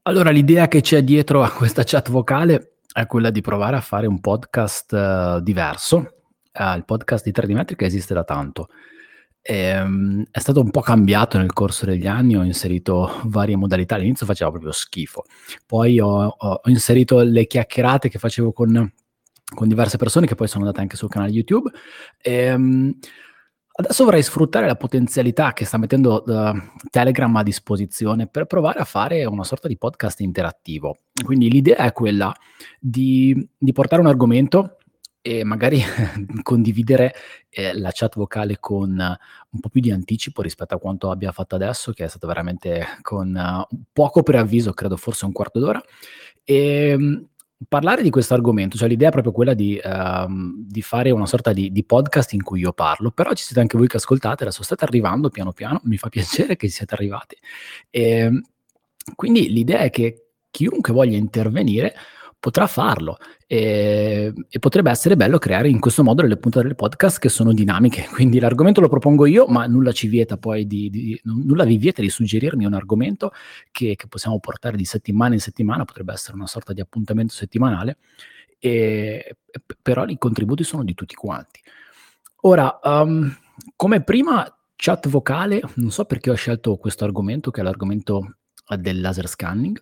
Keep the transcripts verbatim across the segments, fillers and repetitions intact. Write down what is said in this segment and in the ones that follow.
Allora, l'idea che c'è dietro a questa chat vocale è quella di provare a fare un podcast eh, diverso. Eh, il podcast di tre D Metrica esiste da tanto. Ehm, è stato un po' cambiato nel corso degli anni, ho inserito varie modalità. All'inizio faceva proprio schifo. Poi ho, ho- ho inserito le chiacchierate che facevo con, con diverse persone che poi sono andate anche sul canale YouTube. Ehm, Adesso vorrei sfruttare la potenzialità che sta mettendo eh, Telegram a disposizione per provare a fare una sorta di podcast interattivo. Quindi l'idea è quella di, di portare un argomento e magari condividere eh, la chat vocale con eh, un po' più di anticipo rispetto a quanto abbia fatto adesso, che è stato veramente con eh, poco preavviso, credo forse un quarto d'ora. E mh, parlare di questo argomento, cioè l'idea è proprio quella di, ehm, di fare una sorta di, di podcast in cui io parlo, però ci siete anche voi che ascoltate, adesso state arrivando piano piano, mi fa piacere che siete arrivati. E, quindi l'idea è che chiunque voglia intervenire potrà farlo e, e potrebbe essere bello creare in questo modo delle puntate del podcast che sono dinamiche. Quindi l'argomento lo propongo io, ma nulla ci vieta poi di, di nulla vi vieta di suggerirmi un argomento che, che possiamo portare di settimana in settimana, potrebbe essere una sorta di appuntamento settimanale, e, però i contributi sono di tutti quanti. Ora, um, come prima chat vocale, non so perché ho scelto questo argomento, che è l'argomento del laser scanning,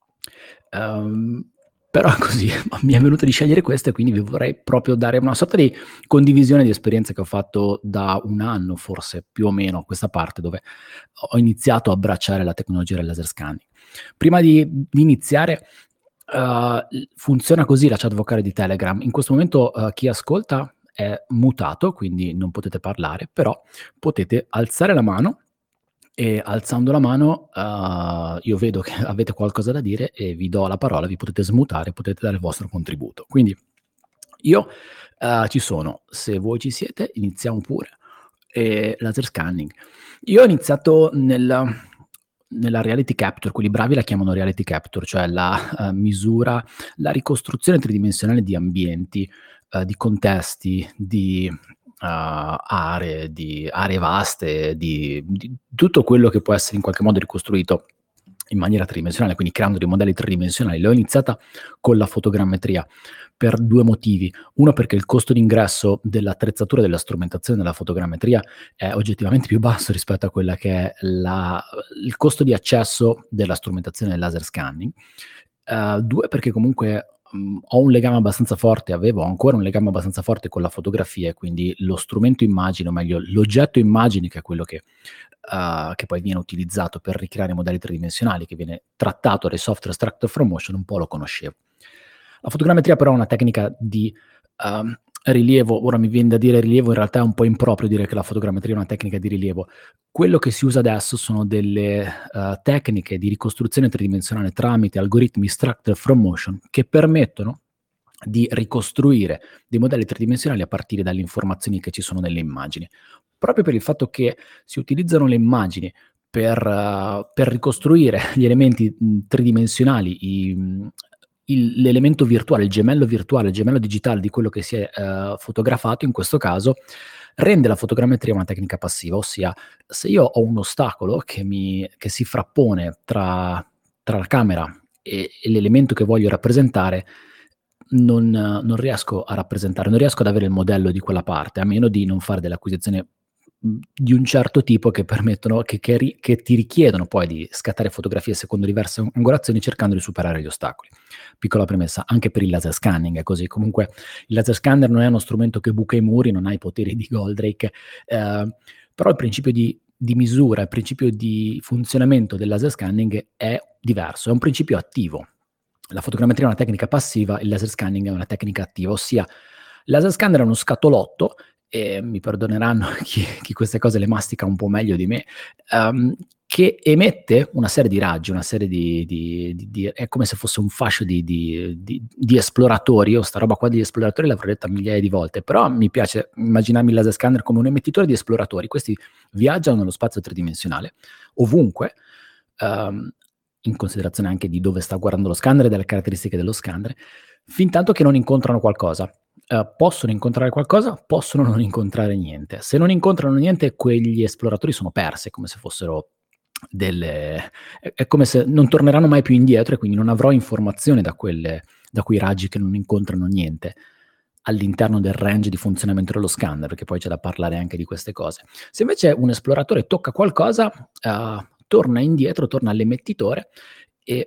um, però così mi è venuto di scegliere questo e quindi vi vorrei proprio dare una sorta di condivisione di esperienze che ho fatto da un anno, forse più o meno, a questa parte, dove ho iniziato a abbracciare la tecnologia del laser scanning. Prima di, di iniziare, uh, funziona così la chat vocale di Telegram. In questo momento uh, chi ascolta è mutato, quindi non potete parlare, però potete alzare la mano e alzando la mano uh, io vedo che avete qualcosa da dire e vi do la parola, vi potete smutare, potete dare il vostro contributo. Quindi io uh, ci sono, se voi ci siete iniziamo pure. E laser scanning. Io ho iniziato nel, nella reality capture, quelli bravi la chiamano reality capture, cioè la uh, misura, la ricostruzione tridimensionale di ambienti, uh, di contesti, di uh, aree, di aree vaste, di, di tutto quello che può essere in qualche modo ricostruito in maniera tridimensionale, quindi creando dei modelli tridimensionali. L'ho iniziata con la fotogrammetria per due motivi. Uno, perché il costo d'ingresso dell'attrezzatura della strumentazione della fotogrammetria è oggettivamente più basso rispetto a quella che è la, il costo di accesso della strumentazione del laser scanning. Uh, due, perché comunque mh, ho un legame abbastanza forte, avevo ancora un legame abbastanza forte con la fotografia, e quindi lo strumento immagine, o meglio l'oggetto immagine, che è quello che Uh, che poi viene utilizzato per ricreare modelli tridimensionali, che viene trattato dai software extractor from motion, un po' lo conoscevo. La fotogrammetria però è una tecnica di uh, rilievo, ora mi viene da dire rilievo, in realtà è un po' improprio dire che la fotogrammetria è una tecnica di rilievo. Quello che si usa adesso sono delle uh, tecniche di ricostruzione tridimensionale tramite algoritmi extractor from motion che permettono di ricostruire dei modelli tridimensionali a partire dalle informazioni che ci sono nelle immagini. Proprio per il fatto che si utilizzano le immagini per, uh, per ricostruire gli elementi mh, tridimensionali, i, mh, il, l'elemento virtuale, il gemello virtuale, il gemello digitale di quello che si è uh, fotografato, in questo caso, rende la fotogrammetria una tecnica passiva, ossia se io ho un ostacolo che, mi, che si frappone tra, tra la camera e, e l'elemento che voglio rappresentare, non, non riesco a rappresentare, non riesco ad avere il modello di quella parte, a meno di non fare delle acquisizioni di un certo tipo che permettono, che, che, ri, che ti richiedono poi di scattare fotografie secondo diverse angolazioni cercando di superare gli ostacoli. Piccola premessa, anche per il laser scanning è così. Comunque il laser scanner non è uno strumento che buca i muri, non ha i poteri di Goldrake, eh, però il principio di, di misura, il principio di funzionamento del laser scanning è diverso, è un principio attivo. La fotogrammetria è una tecnica passiva, il laser scanning è una tecnica attiva, ossia il laser scanner è uno scatolotto, e mi perdoneranno chi, chi queste cose le mastica un po' meglio di me, um, che emette una serie di raggi, una serie di, di, di, di è come se fosse un fascio di, di, di, di esploratori. Io sta roba qua di esploratori l'avrò detta migliaia di volte, però mi piace immaginarmi il laser scanner come un emettitore di esploratori. Questi viaggiano nello spazio tridimensionale, ovunque, um, in considerazione anche di dove sta guardando lo scanner e delle caratteristiche dello scanner, fin tanto che non incontrano qualcosa. Uh, possono incontrare qualcosa, possono non incontrare niente. Se non incontrano niente, quegli esploratori sono persi, come se fossero delle è è come se non torneranno mai più indietro e quindi non avrò informazione da quelle da quei raggi che non incontrano niente all'interno del range di funzionamento dello scanner, perché poi c'è da parlare anche di queste cose. Se invece un esploratore tocca qualcosa, uh, torna indietro, torna all'emettitore e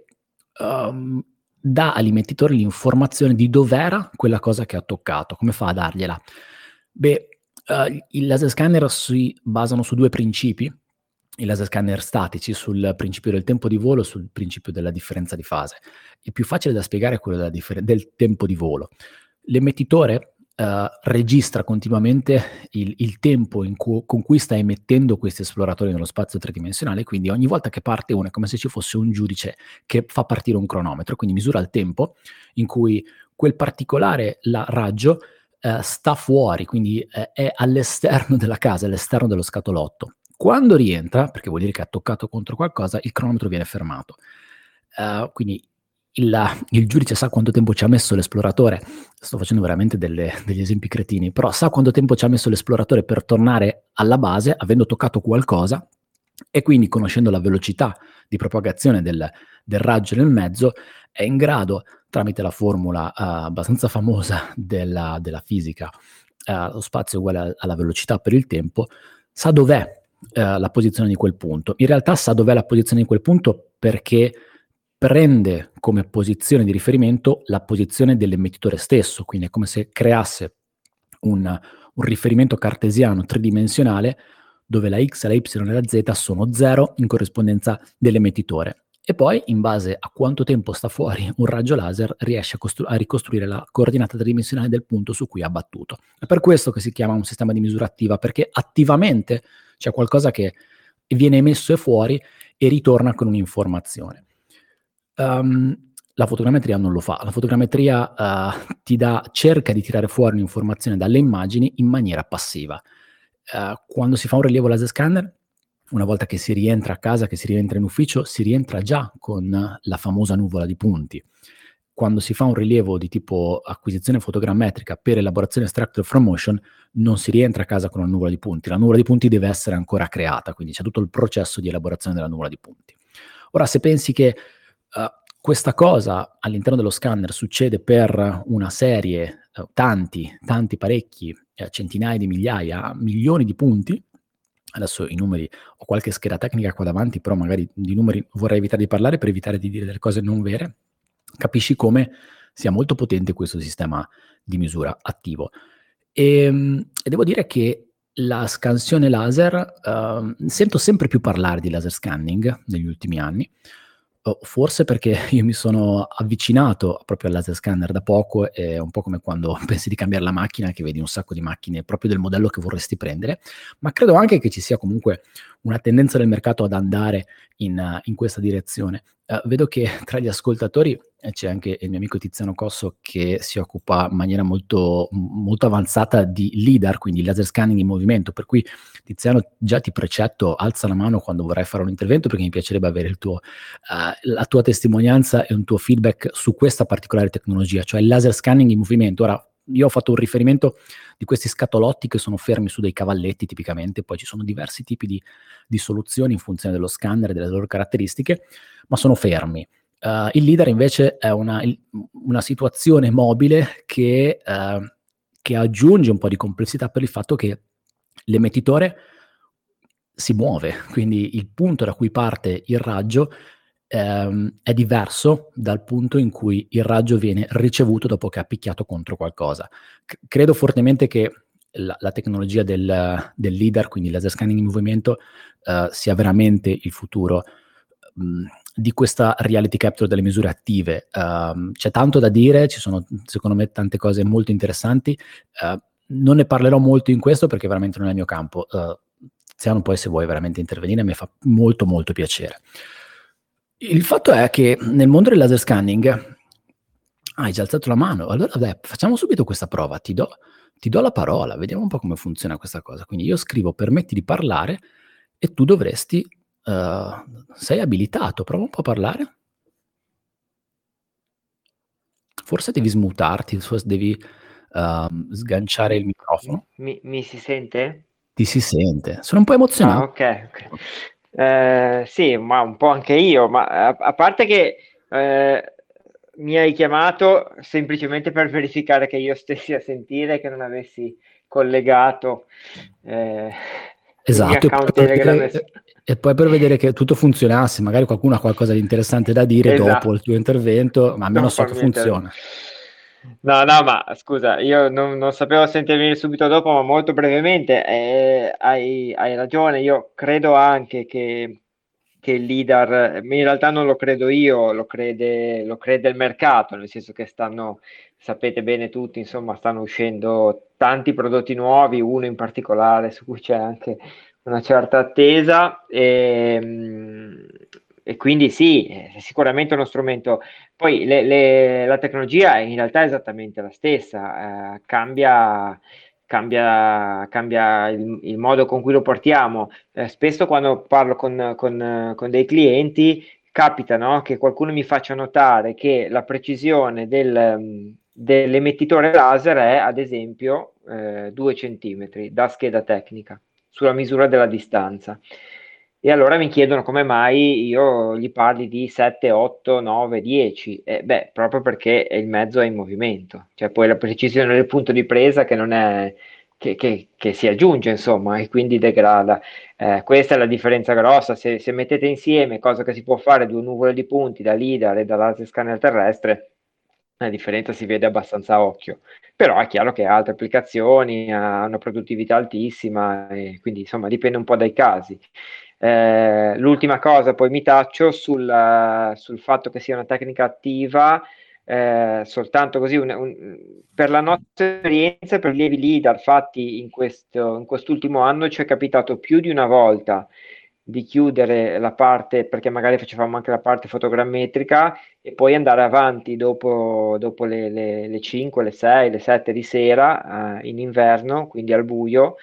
um, dà all'emettitore l'informazione di dov'era quella cosa che ha toccato. Come fa a dargliela? Beh, uh, i laser scanner si basano su due principi, i laser scanner statici, sul principio del tempo di volo e sul principio della differenza di fase. Il più facile da spiegare è quello della differ- del tempo di volo. L'emettitore uh, registra continuamente il, il tempo in cu- con cui sta emettendo questi esploratori nello spazio tridimensionale, quindi ogni volta che parte uno è come se ci fosse un giudice che fa partire un cronometro, quindi misura il tempo in cui quel particolare la, raggio uh, sta fuori, quindi uh, è all'esterno della casa, all'esterno dello scatolotto. Quando rientra, perché vuol dire che ha toccato contro qualcosa, il cronometro viene fermato. Uh, quindi il, il giudice sa quanto tempo ci ha messo l'esploratore, sto facendo veramente delle, degli esempi cretini, però sa quanto tempo ci ha messo l'esploratore per tornare alla base, avendo toccato qualcosa, e quindi conoscendo la velocità di propagazione del, del raggio nel mezzo, è in grado, tramite la formula uh, abbastanza famosa della, della fisica, uh, lo spazio è uguale alla velocità per il tempo, sa dov'è Uh, la posizione di quel punto. In realtà sa dov'è la posizione di quel punto perché prende come posizione di riferimento la posizione dell'emettitore stesso, quindi è come se creasse un, un riferimento cartesiano tridimensionale dove la x, la y e la z sono zero in corrispondenza dell'emettitore. E poi, in base a quanto tempo sta fuori un raggio laser, riesce a, costru- a ricostruire la coordinata tridimensionale del punto su cui ha battuto. È per questo che si chiama un sistema di misura attiva, perché attivamente c'è qualcosa che viene emesso e fuori e ritorna con un'informazione. Um, la fotogrammetria non lo fa. La fotogrammetria uh, ti dà, cerca di tirare fuori un'informazione dalle immagini in maniera passiva. Uh, quando si fa un rilievo laser scanner, una volta che si rientra a casa, che si rientra in ufficio, si rientra già con la famosa nuvola di punti. Quando si fa un rilievo di tipo acquisizione fotogrammetrica per elaborazione extractor from motion, non si rientra a casa con una nuvola di punti. La nuvola di punti deve essere ancora creata, quindi c'è tutto il processo di elaborazione della nuvola di punti. Ora, se pensi che uh, questa cosa all'interno dello scanner succede per una serie, uh, tanti, tanti, parecchi, uh, centinaia di migliaia, milioni di punti, adesso i numeri, ho qualche scheda tecnica qua davanti, però magari di numeri vorrei evitare di parlare per evitare di dire delle cose non vere, capisci come sia molto potente questo sistema di misura attivo. E, e devo dire che la scansione laser, uh, sento sempre più parlare di laser scanning negli ultimi anni, uh, forse perché io mi sono avvicinato proprio al laser scanner da poco, è un po' come quando pensi di cambiare la macchina, che vedi un sacco di macchine proprio del modello che vorresti prendere, ma credo anche che ci sia comunque una tendenza del mercato ad andare in, uh, in questa direzione. Uh, vedo che tra gli ascoltatori eh, c'è anche il mio amico Tiziano Cosso che si occupa in maniera molto, molto avanzata di LIDAR, quindi laser scanning in movimento, per cui Tiziano già ti precetto, alza la mano quando vorrai fare un intervento perché mi piacerebbe avere il tuo, uh, la tua testimonianza e un tuo feedback su questa particolare tecnologia, cioè il laser scanning in movimento. Ora, io ho fatto un riferimento di questi scatolotti che sono fermi su dei cavalletti tipicamente, poi ci sono diversi tipi di, di soluzioni in funzione dello scanner e delle loro caratteristiche, ma sono fermi. Uh, il LIDAR invece è una, una situazione mobile che, uh, che aggiunge un po' di complessità per il fatto che l'emettitore si muove, quindi il punto da cui parte il raggio ehm, è diverso dal punto in cui il raggio viene ricevuto dopo che ha picchiato contro qualcosa. C- credo fortemente che la, la tecnologia del, del LIDAR, quindi laser scanning in movimento, uh, sia veramente il futuro um, di questa reality capture delle misure attive. Um, c'è tanto da dire, ci sono secondo me tante cose molto interessanti. Uh, non ne parlerò molto in questo perché veramente non è il mio campo. Uh, Tiziano, poi se vuoi veramente intervenire mi fa molto molto piacere. Il fatto è che nel mondo del laser scanning ah, hai già alzato la mano, allora dai, facciamo subito questa prova, ti do, ti do la parola, vediamo un po' come funziona questa cosa. Quindi io scrivo permetti di parlare e tu dovresti, uh, sei abilitato, prova un po' a parlare. Forse devi smutarti, forse devi uh, sganciare il microfono. Mi, mi si sente? Ti si sente. Sono un po' Ah, emozionato. ok. okay. Eh, sì, ma un po' anche io, ma a, a parte che eh, mi hai chiamato semplicemente per verificare che io stessi a sentire, che non avessi collegato eh, il mio Esatto, e poi, account per Telegram. vedere, e poi per vedere che tutto funzionasse, magari qualcuno ha qualcosa di interessante da dire dopo il Esatto, tuo intervento, ma almeno dopo so il che mio intervento. funziona. No, no, ma scusa, io non, non sapevo se intervenire subito dopo, ma molto brevemente, eh, hai, hai ragione, io credo anche che, che il leader, in realtà non lo credo io, lo crede, lo crede il mercato, nel senso che stanno, sapete bene tutti, insomma, stanno uscendo tanti prodotti nuovi, uno in particolare su cui c'è anche una certa attesa e, mm, e quindi sì, è sicuramente uno strumento. Poi le- le- la tecnologia in realtà è esattamente la stessa, eh, cambia, cambia, cambia il, il modo con cui lo portiamo. Eh, spesso quando parlo con, con- con dei clienti capita, no, che qualcuno mi faccia notare che la precisione del, mm, dell'emettitore laser è ad esempio eh, due centimetri da scheda tecnica sulla misura della distanza. E allora mi chiedono come mai io gli parli di sette, otto, nove, dieci. Eh, beh, proprio perché il mezzo è in movimento, cioè poi la precisione del punto di presa che non è, che, che- che si aggiunge, insomma, e quindi degrada. Eh, questa è la differenza grossa. Se, se mettete insieme cosa che si può fare due nuvole di punti da LiDAR e da laser scanner terrestre, la differenza si vede abbastanza a occhio. Però è chiaro che ha altre applicazioni, ha una produttività altissima, e quindi insomma dipende un po' dai casi. Eh, l'ultima cosa, poi mi taccio sul, sul fatto che sia una tecnica attiva, eh, soltanto così un- un- per la nostra esperienza, per gli allievi leader fatti in questo, in quest'ultimo anno, ci è capitato più di una volta di chiudere la parte, perché magari facevamo anche la parte fotogrammetrica, e poi andare avanti dopo, dopo le, le, le cinque, le sei, le sette di sera, eh, in inverno, quindi al buio,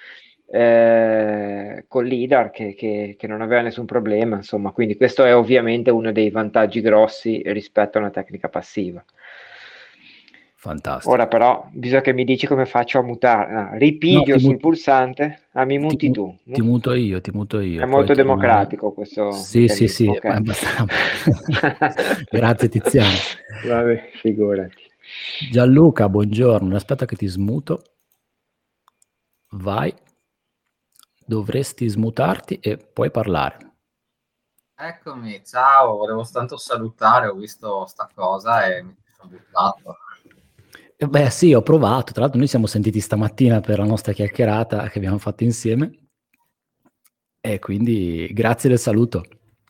eh, con l'IDAR che, che- che non aveva nessun problema, insomma, quindi questo è ovviamente uno dei vantaggi grossi rispetto a una tecnica passiva. Ora Fantastico. però bisogna che mi dici come faccio a mutare. Ah, No, ripigio ti sul muto, pulsante. Ah, mi ti, muti mu- tu. ti Mu- muto io, ti muto È io, poi molto torno. democratico questo Sì, sì, meccanismo, sì, ma è ok. abbastanza. Grazie Tiziano. Vabbè, figurati. Gianluca, buongiorno. Aspetta che ti smuto. Vai. Dovresti smutarti e puoi parlare. Eccomi, ciao, volevo tanto salutare, ho visto sta cosa e mi sono buttato. Eh Beh, sì, ho provato. Tra l'altro, noi siamo sentiti stamattina per la nostra chiacchierata che abbiamo fatto insieme. E quindi grazie del saluto.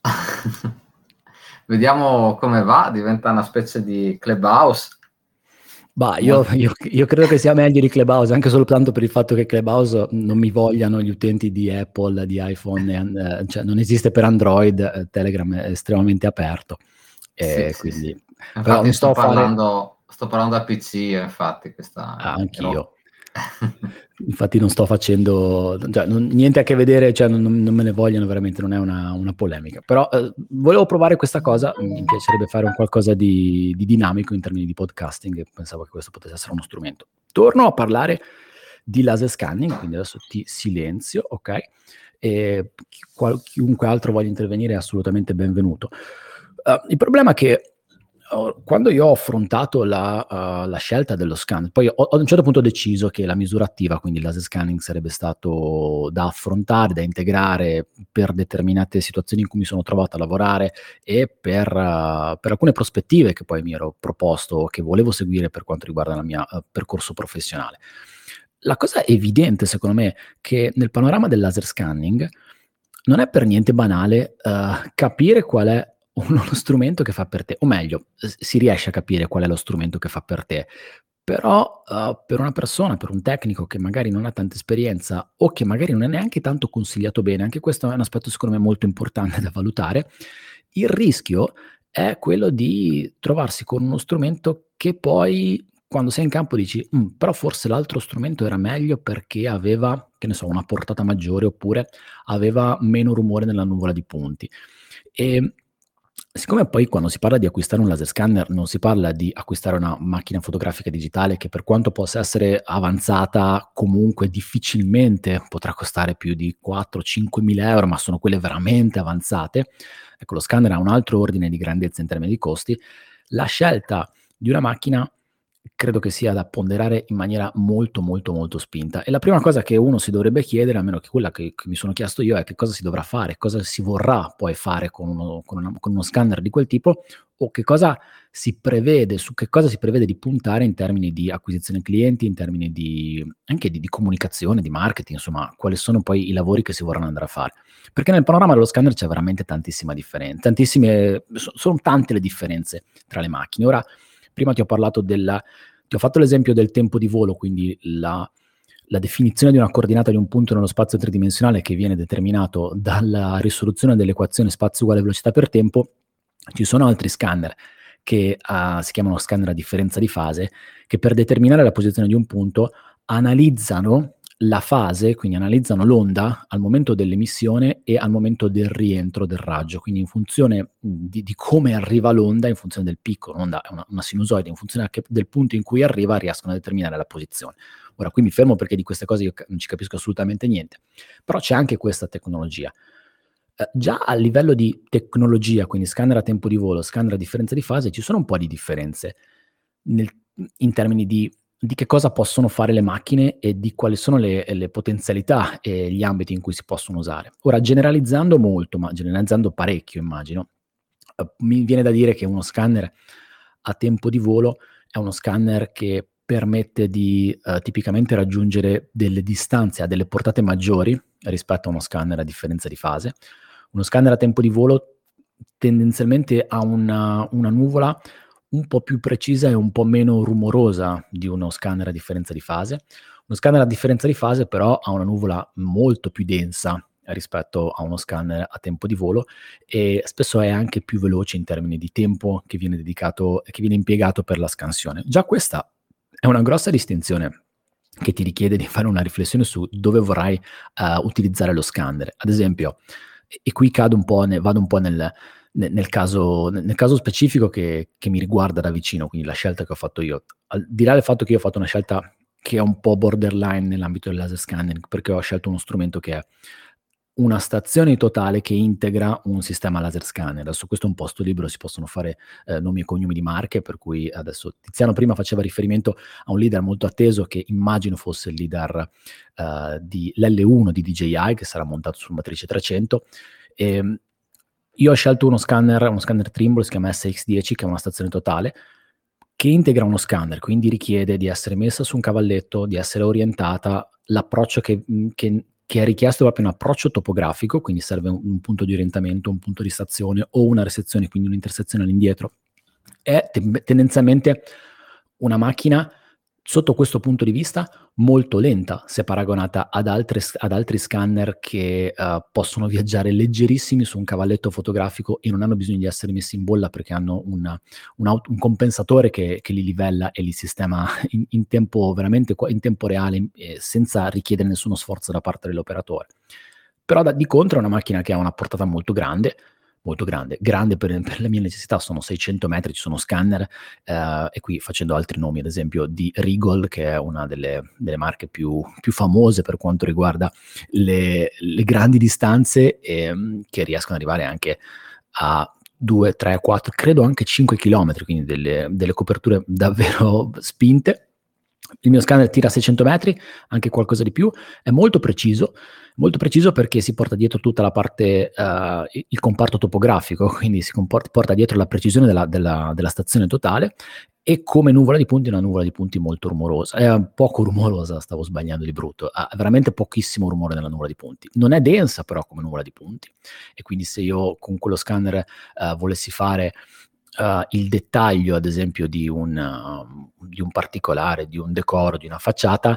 Vediamo come va, diventa una specie di clubhouse. Bah, io, Molto- io- io credo che sia meglio di Clubhouse, anche soltanto per il fatto che Clubhouse non mi vogliano gli utenti di Apple, di iPhone, e an- eh, cioè non esiste per Android, eh, Telegram è estremamente aperto. Sì, E sì, sì. quindi, però Infatti non sto sto a fare. parlando, sto parlando a P C, infatti, Ah, questa ero- anch'io. Infatti non sto facendo, cioè, non- niente a che vedere, cioè, non, non me ne vogliono veramente, non è una, una polemica. Però eh, volevo provare questa cosa, mi piacerebbe fare un qualcosa di, di dinamico in termini di podcasting e pensavo che questo potesse essere uno strumento. Torno a parlare di laser scanning, quindi adesso ti silenzio, ok? E chi- qual- chiunque altro voglia intervenire è assolutamente benvenuto. Uh, il problema è che oh, quando io ho affrontato la, uh, la scelta dello scan, poi ho, ho a un certo punto deciso che la misura attiva, quindi il laser scanning, sarebbe stato da affrontare, da integrare per determinate situazioni in cui mi sono trovato a lavorare e per, uh, per alcune prospettive che poi mi ero proposto, che volevo seguire per quanto riguarda il mio uh, percorso professionale. La cosa evidente, secondo me, che nel panorama del laser scanning non è per niente banale uh, capire qual è uno lo strumento che fa per te, o meglio, s- si riesce a capire qual è lo strumento che fa per te, però uh, per una persona, per un tecnico che magari non ha tanta esperienza o che magari non è neanche tanto consigliato bene, anche questo è un aspetto secondo me molto importante da valutare, il rischio è quello di trovarsi con uno strumento che poi quando sei in campo dici: "Mh, però forse l'altro strumento era meglio perché aveva, che ne so, una portata maggiore oppure aveva meno rumore nella nuvola di punti". Ehm, Siccome poi quando si parla di acquistare un laser scanner non si parla di acquistare una macchina fotografica digitale che, per quanto possa essere avanzata, comunque difficilmente potrà costare più di quattro-cinque mila euro, ma sono quelle veramente avanzate. Ecco, lo scanner ha un altro ordine di grandezza in termini di costi. La scelta di una macchina credo che sia da ponderare in maniera molto, molto, molto spinta. E la prima cosa che uno si dovrebbe chiedere, almeno che quella che, che mi sono chiesto io, è che cosa si dovrà fare, cosa si vorrà poi fare con uno, con una, con uno scanner di quel tipo, o che cosa si prevede, su che cosa si prevede di puntare in termini di acquisizione clienti, in termini di anche di, di comunicazione, di marketing, insomma, quali sono poi i lavori che si vorranno andare a fare. Perché nel panorama dello scanner c'è veramente tantissima differenza, tantissime, sono tante le differenze tra le macchine. Ora, prima ti ho parlato della, ti ho fatto l'esempio del tempo di volo, quindi la, la definizione di una coordinata di un punto nello spazio tridimensionale che viene determinato dalla risoluzione dell'equazione spazio uguale velocità per tempo. Ci sono altri scanner che uh, si chiamano scanner a differenza di fase, che per determinare la posizione di un punto analizzano la fase, quindi analizzano l'onda al momento dell'emissione e al momento del rientro del raggio, quindi in funzione di, di come arriva l'onda, in funzione del picco, l'onda è una, una sinusoide, in funzione anche del punto in cui arriva riescono a determinare la posizione. Ora qui mi fermo perché di queste cose io non ci capisco assolutamente niente, però c'è anche questa tecnologia. Eh, già a livello di tecnologia, quindi scanner a tempo di volo, scanner a differenza di fase, ci sono un po' di differenze nel, in termini di di che cosa possono fare le macchine e di quali sono le, le potenzialità e gli ambiti in cui si possono usare. Ora, generalizzando molto, ma generalizzando parecchio, immagino, eh, mi viene da dire che uno scanner a tempo di volo è uno scanner che permette di eh, tipicamente raggiungere delle distanze a delle portate maggiori rispetto a uno scanner a differenza di fase. Uno scanner a tempo di volo tendenzialmente ha una, una nuvola un po' più precisa e un po' meno rumorosa di uno scanner a differenza di fase. Uno scanner a differenza di fase però ha una nuvola molto più densa rispetto a uno scanner a tempo di volo e spesso è anche più veloce in termini di tempo che viene dedicato, che viene impiegato per la scansione. Già questa è una grossa distinzione che ti richiede di fare una riflessione su dove vorrai uh, utilizzare lo scanner. Ad esempio, e, e qui cado un po', ne, vado un po' nel Nel caso, nel caso specifico che, che mi riguarda da vicino, quindi la scelta che ho fatto io, al di là del fatto che io ho fatto una scelta che è un po' borderline nell'ambito del laser scanning, perché ho scelto uno strumento che è una stazione totale che integra un sistema laser scanner. Adesso questo è un posto libero, si possono fare eh, nomi e cognomi di marche, per cui adesso Tiziano prima faceva riferimento a un leader molto atteso che immagino fosse il leader uh, di l'L uno di D J I, che sarà montato sul Matrice trecento. E, io ho scelto uno scanner, uno scanner Trimble, si chiama S X dieci, che è una stazione totale, che integra uno scanner, quindi richiede di essere messa su un cavalletto, di essere orientata, l'approccio che, che, che è richiesto è proprio un approccio topografico, quindi serve un, un punto di orientamento, un punto di stazione o una resezione, quindi un'intersezione all'indietro. È te- tendenzialmente una macchina, sotto questo punto di vista, molto lenta se paragonata ad, altre, ad altri scanner che uh, possono viaggiare leggerissimi su un cavalletto fotografico e non hanno bisogno di essere messi in bolla perché hanno una, un, auto, un compensatore che, che li livella e li sistema in, in tempo veramente in tempo reale eh, senza richiedere nessuno sforzo da parte dell'operatore. Però da, di contro è una macchina che ha una portata molto grande, molto grande, grande per, per le mie necessità, sono seicento metri, ci sono scanner, eh, e qui facendo altri nomi, ad esempio di Rigol, che è una delle, delle marche più, più famose per quanto riguarda le, le grandi distanze, eh, che riescono ad arrivare anche a due, tre, quattro, credo anche cinque chilometri, quindi delle, delle coperture davvero spinte. Il mio scanner tira seicento metri, anche qualcosa di più, è molto preciso, molto preciso perché si porta dietro tutta la parte, uh, il comparto topografico, quindi si comporta, porta dietro la precisione della, della, della stazione totale e come nuvola di punti, una nuvola di punti molto rumorosa, è poco rumorosa, stavo sbagliando di brutto, ha veramente pochissimo rumore nella nuvola di punti, non è densa però come nuvola di punti e quindi se io con quello scanner uh, volessi fare Uh, il dettaglio, ad esempio, di un, uh, di un particolare, di un decoro, di una facciata,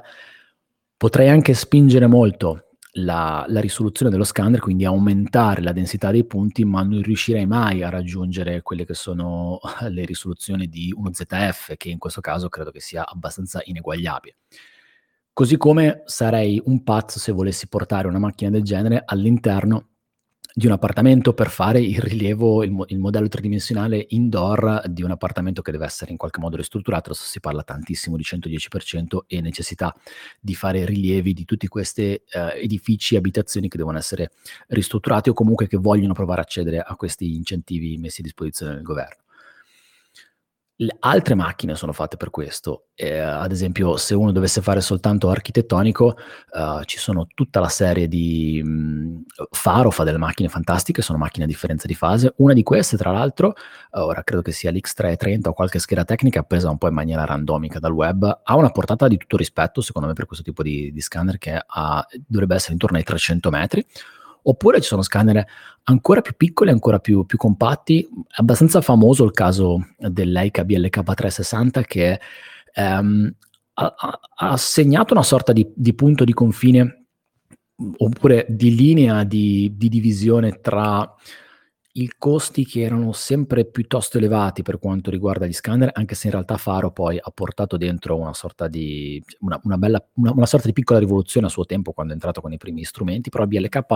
potrei anche spingere molto la, la risoluzione dello scanner, quindi aumentare la densità dei punti, ma non riuscirei mai a raggiungere quelle che sono le risoluzioni di uno Z F, che in questo caso credo che sia abbastanza ineguagliabile. Così come sarei un pazzo se volessi portare una macchina del genere all'interno di un appartamento per fare il rilievo, il, mo- il modello tridimensionale indoor di un appartamento che deve essere in qualche modo ristrutturato. Adesso si parla tantissimo di centodieci per cento e necessità di fare rilievi di tutti questi eh, edifici, abitazioni che devono essere ristrutturati o comunque che vogliono provare a accedere a questi incentivi messi a disposizione dal governo. Le altre macchine sono fatte per questo, eh, ad esempio se uno dovesse fare soltanto architettonico, uh, ci sono tutta la serie di mh, Faro fa delle macchine fantastiche, sono macchine a differenza di fase. Una di queste tra l'altro, ora credo che sia l'X trecentotrenta o qualche scheda tecnica presa un po' in maniera randomica dal web, ha una portata di tutto rispetto secondo me per questo tipo di, di scanner che ha, dovrebbe essere intorno ai trecento metri. Oppure ci sono scanner ancora più piccoli, ancora più, più compatti. È abbastanza famoso il caso dell'Leica B L K trecentosessanta che ehm, ha, ha segnato una sorta di, di punto di confine oppure di linea di, di divisione tra i costi che erano sempre piuttosto elevati per quanto riguarda gli scanner, anche se in realtà Faro poi ha portato dentro una sorta di una, una bella una, una sorta di piccola rivoluzione a suo tempo quando è entrato con i primi strumenti, però B L K uh,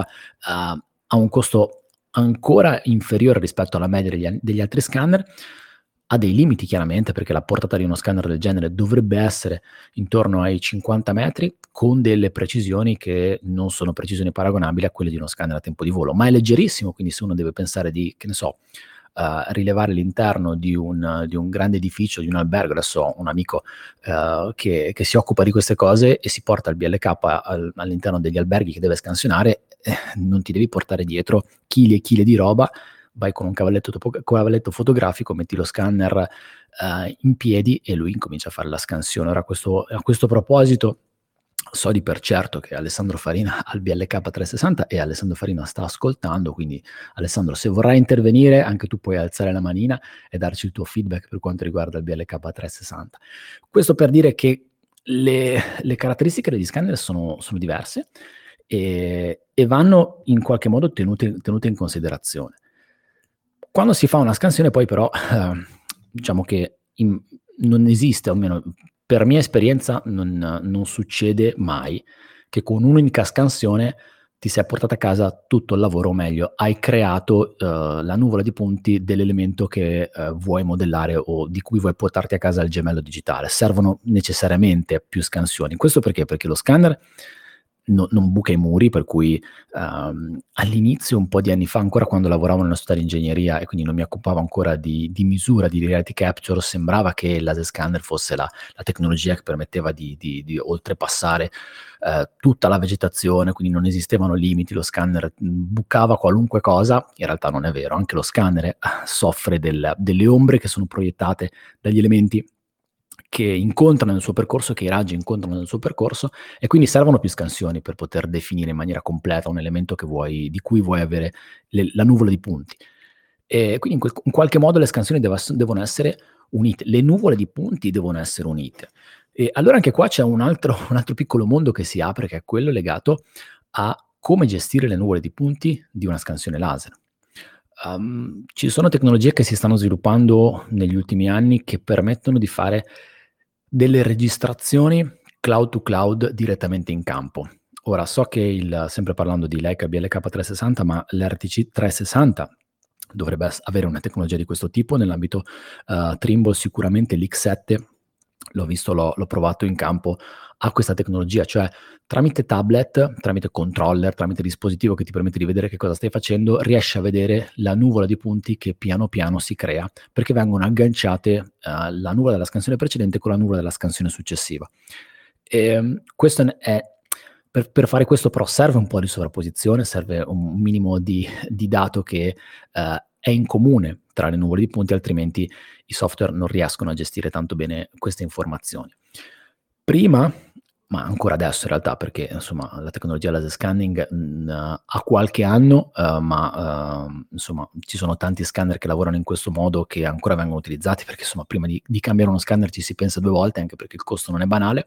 ha un costo ancora inferiore rispetto alla media degli, degli altri scanner. Ha dei limiti chiaramente perché la portata di uno scanner del genere dovrebbe essere intorno ai cinquanta metri con delle precisioni che non sono precisioni paragonabili a quelle di uno scanner a tempo di volo, ma è leggerissimo, quindi se uno deve pensare di, che ne so, uh, rilevare l'interno di un, di un grande edificio, di un albergo, adesso ho un amico uh, che, che si occupa di queste cose e si porta il B L K al, all'interno degli alberghi che deve scansionare, eh, non ti devi portare dietro chili e chili di roba, vai con un cavalletto, topo, cavalletto fotografico, metti lo scanner uh, in piedi e lui incomincia a fare la scansione. Ora, questo, a questo proposito, so di per certo che Alessandro Farina ha il B L K trecentosessanta e Alessandro Farina sta ascoltando, quindi Alessandro, se vorrai intervenire, anche tu puoi alzare la manina e darci il tuo feedback per quanto riguarda il B L K trecentosessanta. Questo per dire che le, le caratteristiche degli scanner sono, sono diverse e, e vanno in qualche modo tenute, tenute in considerazione. Quando si fa una scansione poi però eh, diciamo che in, non esiste, almeno per mia esperienza non, non succede mai che con un'unica scansione ti sei portato a casa tutto il lavoro, o meglio hai creato uh, la nuvola di punti dell'elemento che uh, vuoi modellare o di cui vuoi portarti a casa il gemello digitale. Servono necessariamente più scansioni. Questo perché? Perché lo scanner No, non buca i muri, per cui um, all'inizio, un po' di anni fa, ancora quando lavoravo nella società di ingegneria e quindi non mi occupavo ancora di, di misura, di reality capture, sembrava che il laser scanner fosse la, la tecnologia che permetteva di, di, di oltrepassare uh, tutta la vegetazione, quindi non esistevano limiti, lo scanner bucava qualunque cosa. In realtà non è vero, anche lo scanner soffre del, delle ombre che sono proiettate dagli elementi che incontrano nel suo percorso, che i raggi incontrano nel suo percorso, e quindi servono più scansioni per poter definire in maniera completa un elemento che vuoi, di cui vuoi avere le, la nuvola di punti. E quindi in, quel, in qualche modo le scansioni devo, devono essere unite, le nuvole di punti devono essere unite. E allora anche qua c'è un altro, un altro piccolo mondo che si apre, che è quello legato a come gestire le nuvole di punti di una scansione laser. Um, ci sono tecnologie che si stanno sviluppando negli ultimi anni che permettono di fare delle registrazioni cloud to cloud direttamente in campo. Ora so che il, sempre parlando di Leica B L K trecentosessanta, ma l'R T C trecentosessanta dovrebbe avere una tecnologia di questo tipo. Nell'ambito uh, Trimble sicuramente l'X sette, l'ho visto, l'ho, l'ho provato in campo, ha questa tecnologia, cioè tramite tablet, tramite controller, tramite dispositivo che ti permette di vedere che cosa stai facendo, riesci a vedere la nuvola di punti che piano piano si crea, perché vengono agganciate uh, la nuvola della scansione precedente con la nuvola della scansione successiva. E, questo è, per, per fare questo però serve un po' di sovrapposizione, serve un minimo di, di dato che uh, è in comune tra le nuvole di punti, altrimenti i software non riescono a gestire tanto bene queste informazioni. Prima, ma ancora adesso in realtà, perché insomma la tecnologia laser scanning mh, ha qualche anno, uh, ma uh, insomma ci sono tanti scanner che lavorano in questo modo che ancora vengono utilizzati, perché insomma prima di, di cambiare uno scanner ci si pensa due volte, anche perché il costo non è banale.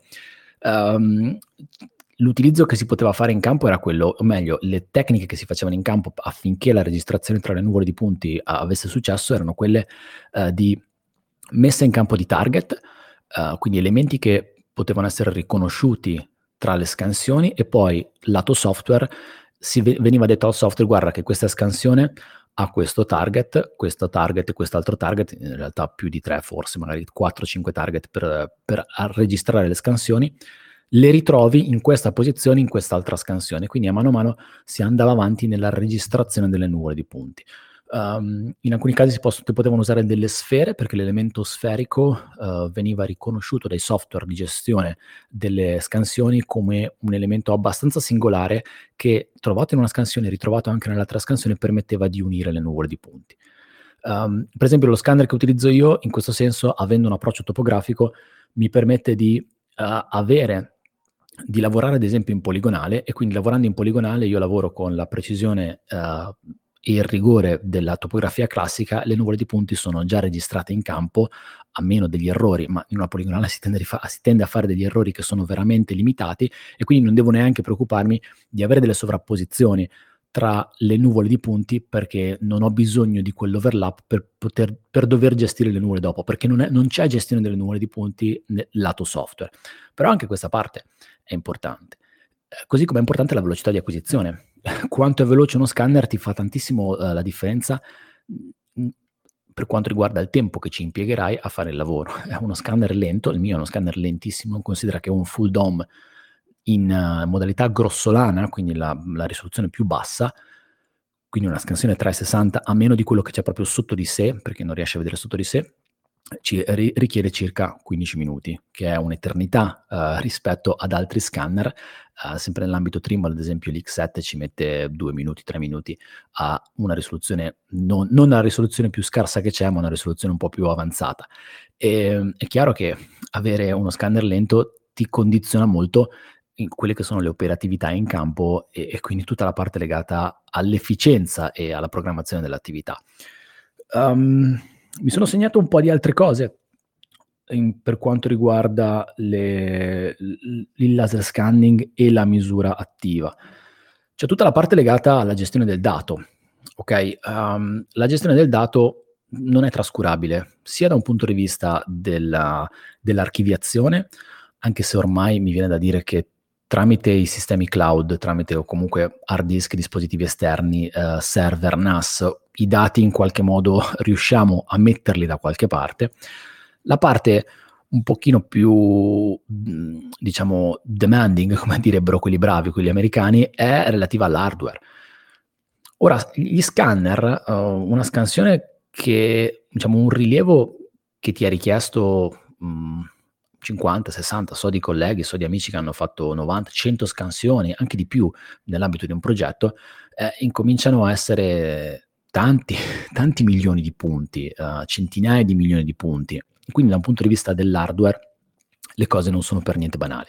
Um, l'utilizzo che si poteva fare in campo era quello, o meglio, le tecniche che si facevano in campo affinché la registrazione tra le nuvole di punti avesse successo erano quelle uh, di messa in campo di target, uh, quindi elementi che potevano essere riconosciuti tra le scansioni, e poi lato software si ve- veniva detto al software: guarda che questa scansione ha questo target, questo target e quest'altro target, in realtà più di tre forse, magari quattro cinque target per, per registrare le scansioni, le ritrovi in questa posizione, in quest'altra scansione. Quindi a mano a mano si andava avanti nella registrazione delle nuvole di punti. Um, in alcuni casi si, poss- si potevano usare delle sfere, perché l'elemento sferico uh, veniva riconosciuto dai software di gestione delle scansioni come un elemento abbastanza singolare che, trovato in una scansione e ritrovato anche nell'altra scansione, permetteva di unire le nuvole di punti. Um, per esempio lo scanner che utilizzo io, in questo senso, avendo un approccio topografico, mi permette di uh, avere di lavorare ad esempio in poligonale, e quindi lavorando in poligonale io lavoro con la precisione uh, e il rigore della topografia classica. Le nuvole di punti sono già registrate in campo, a meno degli errori, ma in una poligonale si tende, fa- si tende a fare degli errori che sono veramente limitati, e quindi non devo neanche preoccuparmi di avere delle sovrapposizioni tra le nuvole di punti, perché non ho bisogno di quell'overlap per, poter, per dover gestire le nuvole dopo, perché non, è, non c'è gestione delle nuvole di punti nel lato software. Però anche questa parte è importante. Eh, Così come è importante la velocità di acquisizione. Quanto è veloce uno scanner ti fa tantissimo uh, la differenza mh, per quanto riguarda il tempo che ci impiegherai a fare il lavoro. È uno scanner lento, il mio è uno scanner lentissimo, considera che è un full dome in uh, modalità grossolana, quindi la, la risoluzione più bassa, quindi una scansione trecentosessanta, a meno di quello che c'è proprio sotto di sé, perché non riesce a vedere sotto di sé, ci ri- richiede circa quindici minuti, che è un'eternità uh, rispetto ad altri scanner. Uh, sempre nell'ambito Trimble, ad esempio l'X sette ci mette due minuti, tre minuti a una risoluzione, non, non la risoluzione più scarsa che c'è, ma una risoluzione un po' più avanzata. E, è chiaro che avere uno scanner lento ti condiziona molto in quelle che sono le operatività in campo, e, e quindi tutta la parte legata all'efficienza e alla programmazione dell'attività. Um, mi sono segnato un po' di altre cose in, per quanto riguarda le, il laser scanning e la misura attiva. C'è tutta la parte legata alla gestione del dato. Ok, um, la gestione del dato non è trascurabile, sia da un punto di vista della, dell'archiviazione, anche se ormai mi viene da dire che tramite i sistemi cloud, tramite o comunque hard disk, dispositivi esterni, eh, server, N A S, i dati in qualche modo riusciamo a metterli da qualche parte. La parte un pochino più, diciamo, demanding, come direbbero quelli bravi, quelli americani, è relativa all'hardware. Ora, gli scanner, uh, una scansione che, diciamo, un rilievo che ti è richiesto mh, cinquanta, sessanta, so di colleghi, so di amici che hanno fatto novanta, cento scansioni, anche di più nell'ambito di un progetto, eh, incominciano a essere tanti, tanti milioni di punti, uh, centinaia di milioni di punti. Quindi da un punto di vista dell'hardware le cose non sono per niente banali.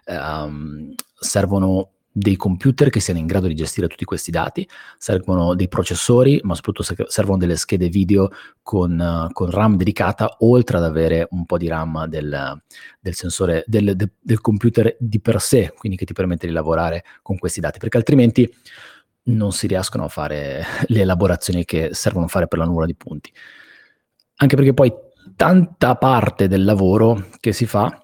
Um, servono dei computer che siano in grado di gestire tutti questi dati, servono dei processori, ma soprattutto servono delle schede video con, uh, con RAM dedicata, oltre ad avere un po' di RAM del, del sensore, del, del, del computer di per sé, quindi che ti permette di lavorare con questi dati, perché altrimenti non si riescono a fare le elaborazioni che servono a fare per la nuvola di punti. Anche perché poi tanta parte del lavoro che si fa,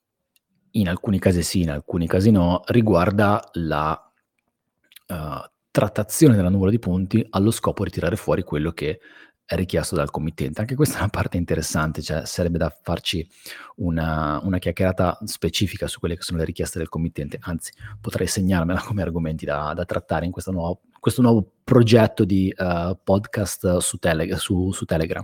in alcuni casi sì, in alcuni casi no, riguarda la uh, trattazione della nuvola di punti allo scopo di tirare fuori quello che è richiesto dal committente. Anche questa è una parte interessante, cioè sarebbe da farci una, una chiacchierata specifica su quelle che sono le richieste del committente, anzi potrei segnarmela come argomenti da, da trattare in questo nuovo, questo nuovo progetto di uh, podcast su, tele, su, su Telegram.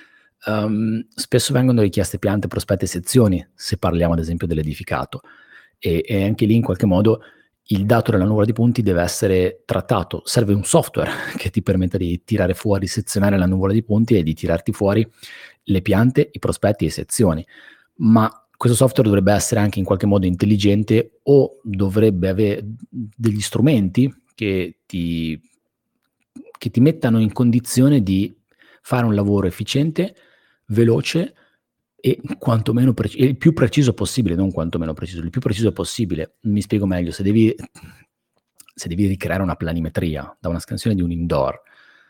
Um, spesso vengono richieste piante, prospetti e sezioni, se parliamo ad esempio dell'edificato, e, e anche lì in qualche modo il dato della nuvola di punti deve essere trattato. Serve un software che ti permetta di tirare fuori, sezionare la nuvola di punti e di tirarti fuori le piante, i prospetti e le sezioni. Ma questo software dovrebbe essere anche in qualche modo intelligente, o dovrebbe avere degli strumenti che ti, che ti mettano in condizione di fare un lavoro efficiente, veloce e quantomeno preci- il più preciso possibile, non quantomeno preciso, il più preciso possibile. Mi spiego meglio: se devi, se devi ricreare una planimetria da una scansione di un indoor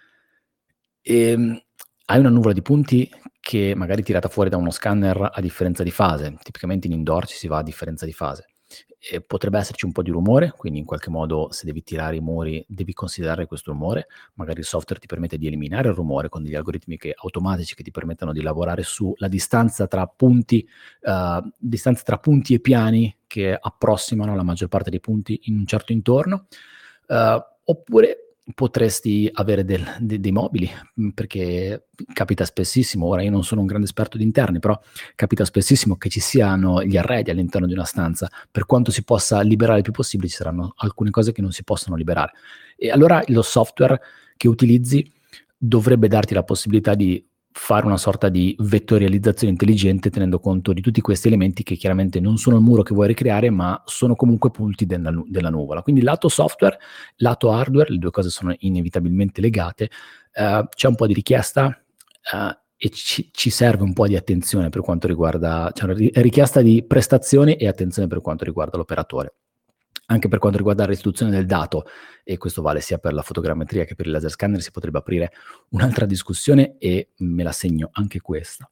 e hai una nuvola di punti che magari è tirata fuori da uno scanner a differenza di fase, tipicamente in indoor ci si va a differenza di fase, E potrebbe esserci un po' di rumore, quindi in qualche modo se devi tirare i muri devi considerare questo rumore. Magari il software ti permette di eliminare il rumore con degli algoritmi che, automatici che ti permettono di lavorare sulla distanza tra punti, uh, distanza tra punti e piani che approssimano la maggior parte dei punti in un certo intorno. Uh, oppure potresti avere del, de, dei mobili, perché capita spessissimo, ora io non sono un grande esperto di interni, però capita spessissimo che ci siano gli arredi all'interno di una stanza. Per quanto si possa liberare il più possibile, ci saranno alcune cose che non si possono liberare. E allora lo software che utilizzi dovrebbe darti la possibilità di fare una sorta di vettorializzazione intelligente, tenendo conto di tutti questi elementi che chiaramente non sono il muro che vuoi ricreare, ma sono comunque punti della, nu- della nuvola. Quindi lato software, lato hardware, le due cose sono inevitabilmente legate. Uh, c'è un po' di richiesta uh, e ci, ci serve un po' di attenzione per quanto riguarda, cioè una ri- richiesta di prestazione e attenzione per quanto riguarda l'operatore. Anche per quanto riguarda la restituzione del dato, e questo vale sia per la fotogrammetria che per il laser scanner, si potrebbe aprire un'altra discussione e me la segno anche questa.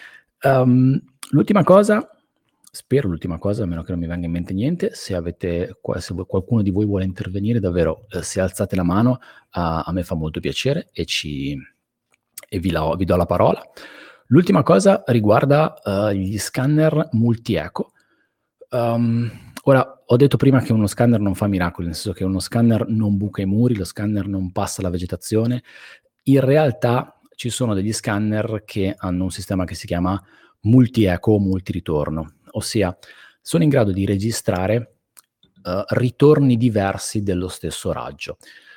Um, l'ultima cosa, spero l'ultima cosa, a meno che non mi venga in mente niente, se avete, se qualcuno di voi vuole intervenire, davvero, eh, se alzate la mano, uh, a me fa molto piacere e, ci, e vi, la, vi do la parola. L'ultima cosa riguarda uh, gli scanner multi-eco. Um, ora, ho detto prima che uno scanner non fa miracoli, nel senso che uno scanner non buca i muri, lo scanner non passa la vegetazione. In realtà ci sono degli scanner che hanno un sistema che si chiama multi-eco o multi-ritorno, ossia sono in grado di registrare uh, ritorni diversi dello stesso raggio.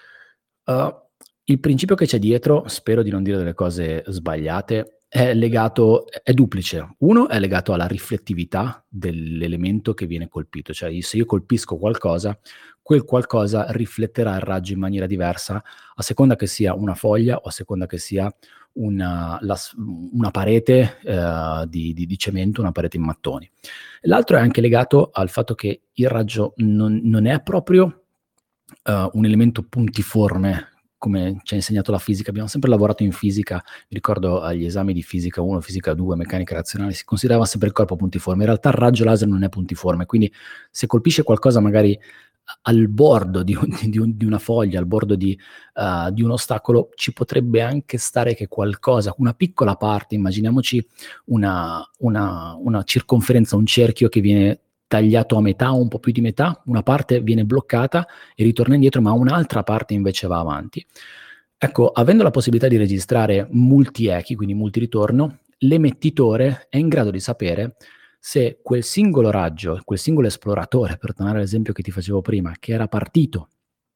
Uh, il principio che c'è dietro, spero di non dire delle cose sbagliate, è legato, è duplice. Uno è legato alla riflettività dell'elemento che viene colpito, cioè se io colpisco qualcosa, quel qualcosa rifletterà il raggio in maniera diversa a seconda che sia una foglia o a seconda che sia una, la, una parete eh, di, di, di cemento, una parete in mattoni. L'altro è anche legato al fatto che il raggio non, non è proprio uh, un elemento puntiforme, come ci ha insegnato la fisica. Abbiamo sempre lavorato in fisica, mi ricordo agli esami di fisica uno, fisica due, meccanica razionale, si considerava sempre il corpo puntiforme. In realtà il raggio laser non è puntiforme, quindi se colpisce qualcosa magari al bordo di, un, di, un, di una foglia, al bordo di, uh, di un ostacolo, ci potrebbe anche stare che qualcosa, una piccola parte, immaginiamoci una, una, una circonferenza, un cerchio che viene tagliato a metà o un po' più di metà, una parte viene bloccata e ritorna indietro, ma un'altra parte invece va avanti. Ecco, avendo la possibilità di registrare multi-echi, quindi multi-ritorno, l'emettitore è in grado di sapere se quel singolo raggio, quel singolo esploratore, per tornare all'esempio che ti facevo prima, che era partito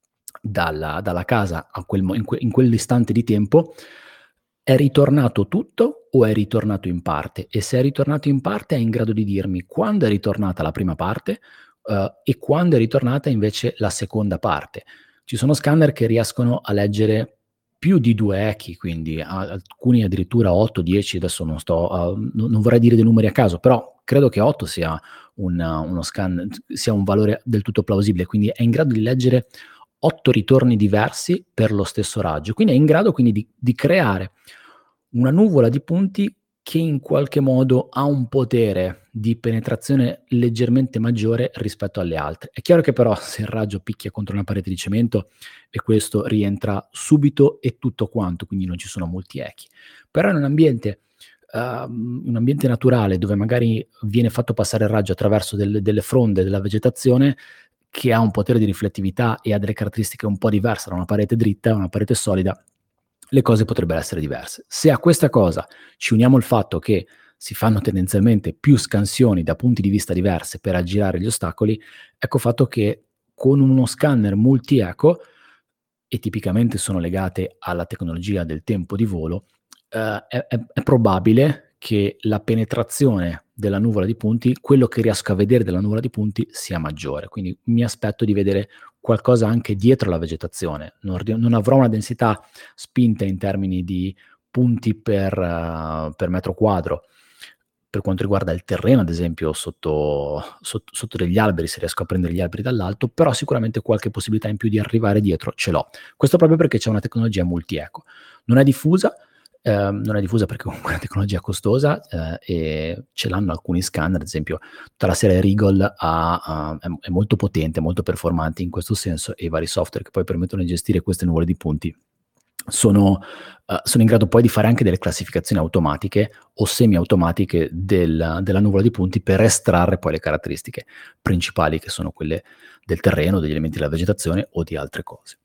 dalla, dalla casa a quel, in, que, in quell'istante di tempo, è ritornato tutto o è ritornato in parte? E se è ritornato in parte è in grado di dirmi quando è ritornata la prima parte uh, e quando è ritornata invece la seconda parte. Ci sono scanner che riescono a leggere più di due echi, quindi a, alcuni addirittura otto, dieci, adesso non sto, uh, non, non vorrei dire dei numeri a caso, però credo che otto sia un, uh, uno scan, sia un valore del tutto plausibile, quindi è in grado di leggere otto ritorni diversi per lo stesso raggio, quindi è in grado quindi di, di creare una nuvola di punti che in qualche modo ha un potere di penetrazione leggermente maggiore rispetto alle altre. È chiaro che però se il raggio picchia contro una parete di cemento e questo rientra subito e tutto quanto, quindi non ci sono molti echi. Però in un ambiente, uh, un ambiente naturale dove magari viene fatto passare il raggio attraverso del, delle fronde della vegetazione, che ha un potere di riflettività e ha delle caratteristiche un po' diverse da una parete dritta, una parete solida, le cose potrebbero essere diverse. Se a questa cosa ci uniamo il fatto che si fanno tendenzialmente più scansioni da punti di vista diversi per aggirare gli ostacoli, ecco fatto che con uno scanner multi-eco, e tipicamente sono legate alla tecnologia del tempo di volo, eh, è, è, è probabile che la penetrazione della nuvola di punti, quello che riesco a vedere della nuvola di punti, sia maggiore. Quindi mi aspetto di vedere qualcosa anche dietro la vegetazione. Non, non avrò una densità spinta in termini di punti per, uh, per metro quadro. Per quanto riguarda il terreno, ad esempio, sotto, sotto, sotto degli alberi, se riesco a prendere gli alberi dall'alto, però sicuramente qualche possibilità in più di arrivare dietro ce l'ho. Questo proprio perché c'è una tecnologia multi-eco. Non è diffusa, eh, non è diffusa perché comunque è una tecnologia costosa, eh, e ce l'hanno alcuni scanner, ad esempio tutta la serie Regal ha, ha, è, è molto potente, molto performante in questo senso, e i vari software che poi permettono di gestire queste nuvole di punti sono, uh, sono in grado poi di fare anche delle classificazioni automatiche o semi-automatiche del, della nuvola di punti per estrarre poi le caratteristiche principali, che sono quelle del terreno, degli elementi della vegetazione o di altre cose.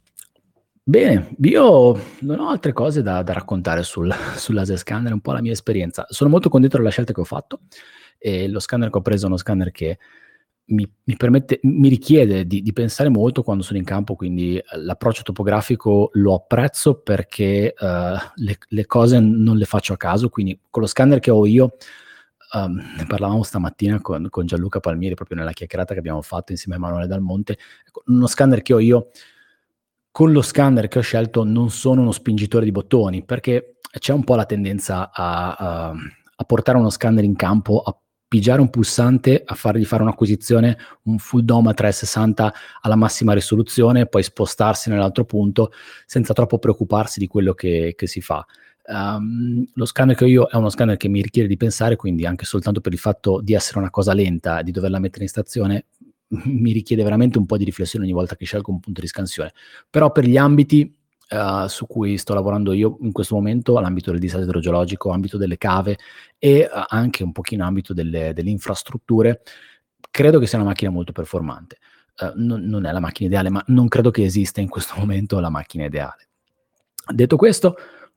Bene, io non ho altre cose da, da raccontare sul, sul laser scanner, un po' la mia esperienza. Sono molto contento della scelta che ho fatto, e lo scanner che ho preso è uno scanner che mi, mi permette, mi richiede di, di pensare molto quando sono in campo, quindi eh, l'approccio topografico lo apprezzo perché eh, le, le cose non le faccio a caso, quindi con lo scanner che ho io, um, ne parlavamo stamattina con, con Gianluca Palmieri, proprio nella chiacchierata che abbiamo fatto insieme a Emanuele Dal Monte, uno scanner che ho io, con lo scanner che ho scelto non sono uno spingitore di bottoni, perché c'è un po' la tendenza a, a, a portare uno scanner in campo, a pigiare un pulsante, a fargli fare un'acquisizione, un full dome a trecentosessanta alla massima risoluzione, poi spostarsi nell'altro punto senza troppo preoccuparsi di quello che, che si fa. Um, lo scanner che ho io è uno scanner che mi richiede di pensare, quindi anche soltanto per il fatto di essere una cosa lenta, di doverla mettere in stazione, mi richiede veramente un po' di riflessione ogni volta che scelgo un punto di scansione. Però per gli ambiti Uh, su cui sto lavorando io in questo momento, all'ambito del disastro idrogeologico, ambito delle cave e uh, anche un pochino ambito delle, delle infrastrutture, credo che sia una macchina molto performante. Uh, non, non è la macchina ideale, ma non credo che esista in questo momento la macchina ideale. Detto questo,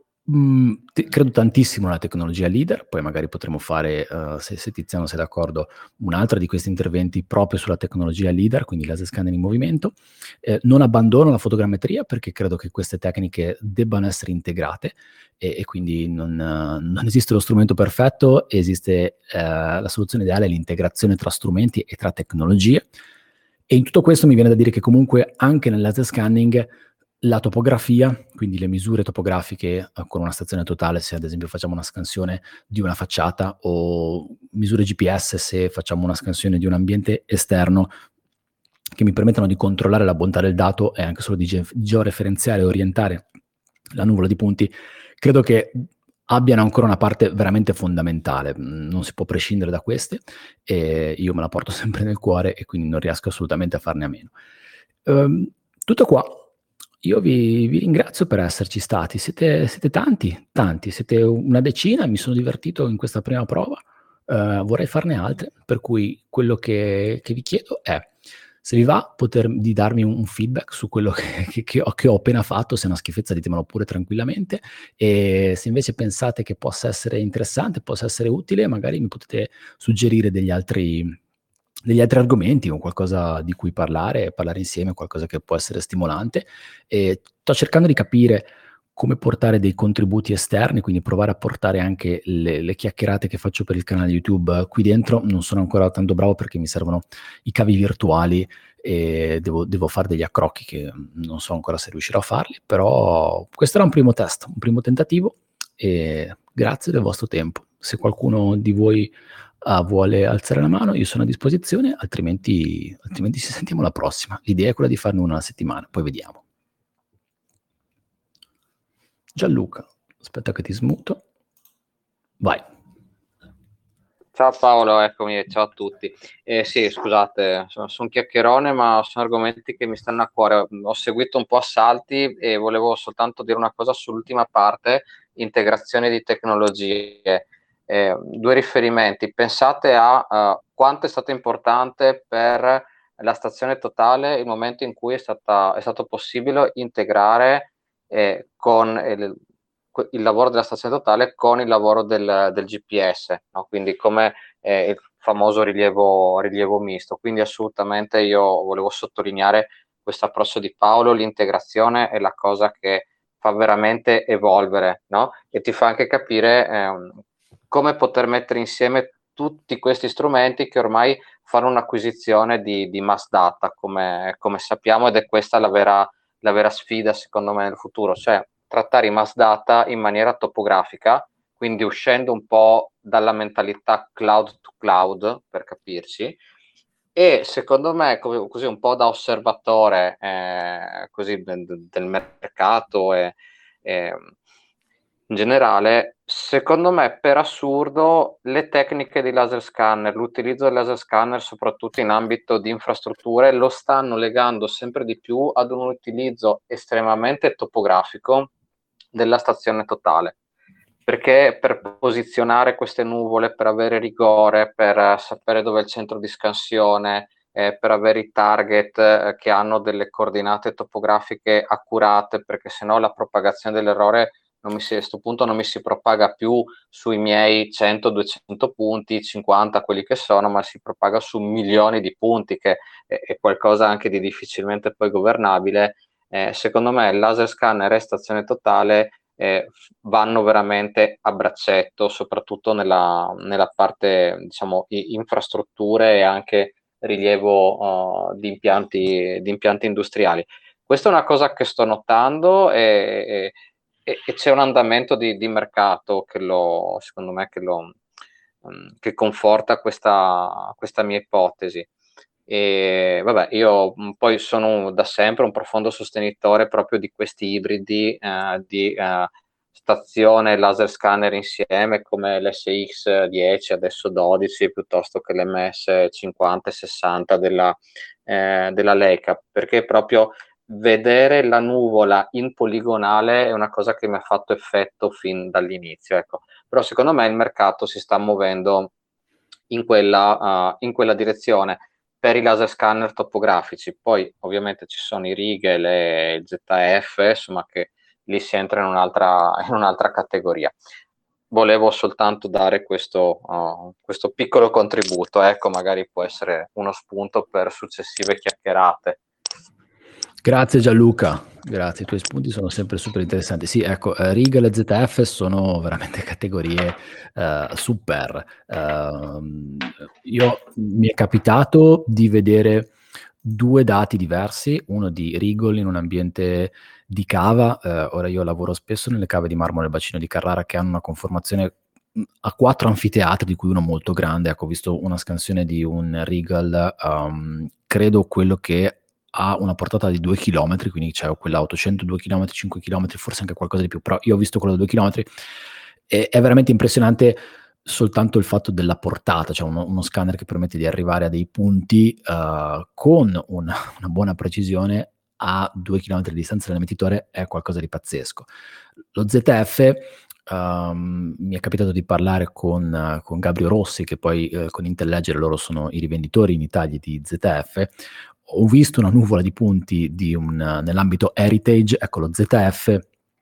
mh, te, credo tantissimo nella tecnologia leader, poi magari potremo fare, uh, se, se Tiziano sei d'accordo, un altro di questi interventi proprio sulla tecnologia leader, quindi laser scanner in movimento. Eh, non abbandono la fotogrammetria perché credo che queste tecniche debbano essere integrate, e, e quindi non, uh, non esiste lo strumento perfetto, esiste uh, la soluzione ideale, l'integrazione tra strumenti e tra tecnologie. E in tutto questo mi viene da dire che comunque anche nel laser scanning la topografia, quindi le misure topografiche eh, con una stazione totale, se ad esempio facciamo una scansione di una facciata, o misure G P S se facciamo una scansione di un ambiente esterno, che mi permettono di controllare la bontà del dato e anche solo di ge- georeferenziare e orientare la nuvola di punti, credo che abbiano ancora una parte veramente fondamentale. Non si può prescindere da queste, e io me la porto sempre nel cuore e quindi non riesco assolutamente a farne a meno. Um, tutto qua. Io vi, vi ringrazio per esserci stati, siete, siete tanti, tanti, siete una decina, mi sono divertito in questa prima prova, uh, vorrei farne altre, per cui quello che, che vi chiedo è, se vi va, poter di darmi un, un feedback su quello che, che, che, ho, che ho appena fatto. Se è una schifezza ditemelo pure tranquillamente, e se invece pensate che possa essere interessante, possa essere utile, magari mi potete suggerire degli altri degli altri argomenti o qualcosa di cui parlare, parlare insieme, qualcosa che può essere stimolante. E sto cercando di capire come portare dei contributi esterni, quindi provare a portare anche le, le chiacchierate che faccio per il canale YouTube qui dentro. Non sono ancora tanto bravo perché mi servono i cavi virtuali e devo, devo fare degli accrocchi che non so ancora se riuscirò a farli, però questo era un primo test, un primo tentativo, e grazie del vostro tempo. Se qualcuno di voi uh, vuole alzare la mano, io sono a disposizione, altrimenti, altrimenti ci sentiamo la prossima. L'idea è quella di farne una alla settimana, poi vediamo. Gianluca, aspetta che ti smuto. Vai. Ciao Paolo, eccomi, ciao a tutti. Eh, sì, scusate, sono, sono un chiacchierone, ma sono argomenti che mi stanno a cuore. Ho seguito un po' a salti e volevo soltanto dire una cosa sull'ultima parte, integrazione di tecnologie. Eh, due riferimenti. Pensate a uh, quanto è stato importante per la stazione totale il momento in cui è, stata, è stato possibile integrare eh, con il, il lavoro della stazione totale con il lavoro del, del G P S, no? Quindi come eh, il famoso rilievo, rilievo misto. Quindi assolutamente io volevo sottolineare questo approccio di Paolo, l'integrazione è la cosa che fa veramente evolvere, no? E ti fa anche capire eh, come poter mettere insieme tutti questi strumenti che ormai fanno un'acquisizione di, di mass data, come, come sappiamo, ed è questa la vera, la vera sfida secondo me nel futuro, cioè trattare i mass data in maniera topografica, quindi uscendo un po' dalla mentalità cloud to cloud, per capirci, e secondo me così un po' da osservatore eh, così del, del mercato e, e in generale, secondo me per assurdo le tecniche di laser scanner, l'utilizzo del laser scanner soprattutto in ambito di infrastrutture, lo stanno legando sempre di più ad un utilizzo estremamente topografico della stazione totale, perché per posizionare queste nuvole, per avere rigore, per sapere dove è il centro di scansione, eh, per avere i target eh, che hanno delle coordinate topografiche accurate, perché sennò la propagazione dell'errore non mi si, a questo punto non mi si propaga più sui miei cento duecento punti, cinquanta quelli che sono, ma si propaga su milioni di punti, che è, è qualcosa anche di difficilmente poi governabile. Eh, secondo me il laser scanner e stazione totale eh, vanno veramente a braccetto, soprattutto nella, nella parte, diciamo, infrastrutture e anche rilievo uh, di, impianti, di impianti industriali. Questa è una cosa che sto notando e, e, e c'è un andamento di, di mercato che lo, secondo me, che, lo, um, che conforta questa, questa mia ipotesi. E vabbè, io poi sono da sempre un profondo sostenitore proprio di questi ibridi eh, di eh, stazione laser scanner insieme, come l'S X dieci, adesso dodici, piuttosto che l'M S cinquanta e sessanta della, eh, della Leica, perché proprio vedere la nuvola in poligonale è una cosa che mi ha fatto effetto fin dall'inizio, ecco. Però secondo me il mercato si sta muovendo in quella, uh, in quella direzione per i laser scanner topografici. Poi ovviamente ci sono i Rigel e il Z F, insomma, che lì si entra in un'altra, in un'altra categoria. Volevo soltanto dare questo, uh, questo piccolo contributo, ecco, magari può essere uno spunto per successive chiacchierate. Grazie Gianluca, grazie, i tuoi spunti sono sempre super interessanti. Sì, ecco, eh, Rigel e Z F sono veramente categorie eh, super. Uh, io mi è capitato di vedere due dati diversi, uno di Rigel in un ambiente di cava, eh, ora io lavoro spesso nelle cave di marmo nel bacino di Carrara che hanno una conformazione a quattro anfiteatri, di cui uno molto grande. Ecco, ho visto una scansione di un Rigel, um, credo quello che ha una portata di due chilometri, quindi c'è quella ottocentodue chilometri, cinque chilometri, forse anche qualcosa di più, però io ho visto quello da due chilometri e è veramente impressionante soltanto il fatto della portata, cioè uno, uno scanner che permette di arrivare a dei punti uh, con una, una buona precisione a due chilometri di distanza dall'emettitore è qualcosa di pazzesco. Lo Z F, um, mi è capitato di parlare con, uh, con Gabrio Rossi, che poi uh, con Intellegere loro sono i rivenditori in Italia di Z F. Ho visto una nuvola di punti di un, nell'ambito heritage, ecco lo Z F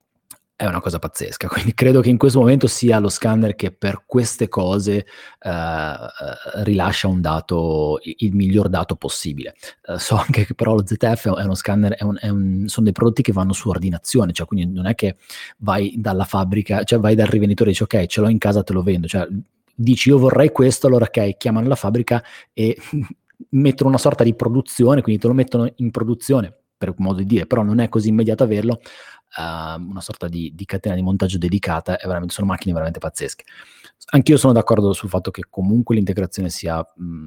è una cosa pazzesca, quindi credo che in questo momento sia lo scanner che per queste cose eh, rilascia un dato, il miglior dato possibile. Eh, so anche che però lo Z F è uno scanner, è un, è un, sono dei prodotti che vanno su ordinazione, cioè quindi non è che vai dalla fabbrica, cioè vai dal rivenditore e dici ok, ce l'ho in casa, te lo vendo, cioè dici io vorrei questo, allora ok, chiamano la fabbrica e mettono una sorta di produzione, quindi te lo mettono in produzione, per modo di dire, però non è così immediato averlo, uh, una sorta di, di catena di montaggio dedicata, è veramente, sono macchine veramente pazzesche. Anch'io sono d'accordo sul fatto che comunque l'integrazione sia, mh,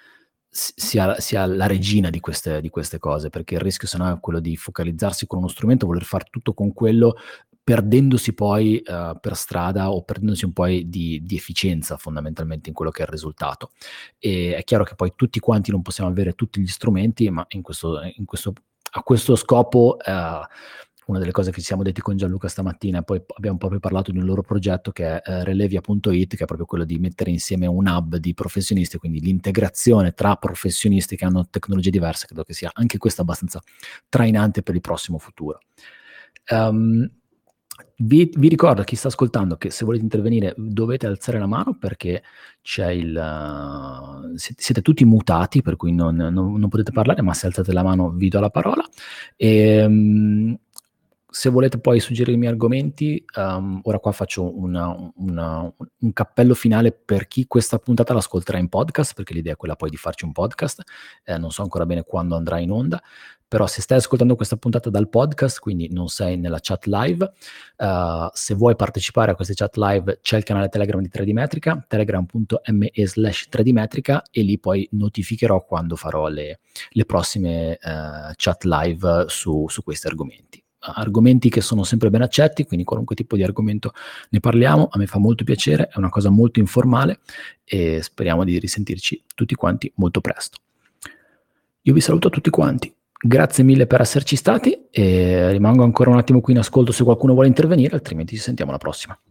sia, sia la regina di queste, di queste cose, perché il rischio sennò è quello di focalizzarsi con uno strumento, voler fare tutto con quello, perdendosi poi uh, per strada o perdendosi un po' di, di efficienza fondamentalmente in quello che è il risultato. E è chiaro che poi tutti quanti non possiamo avere tutti gli strumenti, ma in questo, in questo, a questo scopo uh, una delle cose che ci siamo detti con Gianluca stamattina, poi abbiamo proprio parlato di un loro progetto che è uh, relevia punto it, che è proprio quello di mettere insieme un hub di professionisti, quindi l'integrazione tra professionisti che hanno tecnologie diverse, credo che sia anche questo abbastanza trainante per il prossimo futuro. Um, Vi, vi ricordo a chi sta ascoltando che se volete intervenire dovete alzare la mano, perché c'è il uh, siete, siete tutti mutati, per cui non, non, non potete parlare, ma se alzate la mano vi do la parola. E, um, se volete poi suggerirmi argomenti, um, ora qua faccio una, una, un cappello finale per chi questa puntata l'ascolterà in podcast, perché l'idea è quella poi di farci un podcast, eh, non so ancora bene quando andrà in onda, però se stai ascoltando questa puntata dal podcast, quindi non sei nella chat live, uh, se vuoi partecipare a queste chat live c'è il canale Telegram di tre D Metrica, telegram punto me slash tre D Metrica, e lì poi notificherò quando farò le, le prossime uh, chat live su, su questi argomenti. argomenti che sono sempre ben accetti, quindi qualunque tipo di argomento ne parliamo, a me fa molto piacere, è una cosa molto informale e speriamo di risentirci tutti quanti molto presto. Io vi saluto tutti quanti, grazie mille per esserci stati e rimango ancora un attimo qui in ascolto se qualcuno vuole intervenire, altrimenti ci sentiamo alla prossima.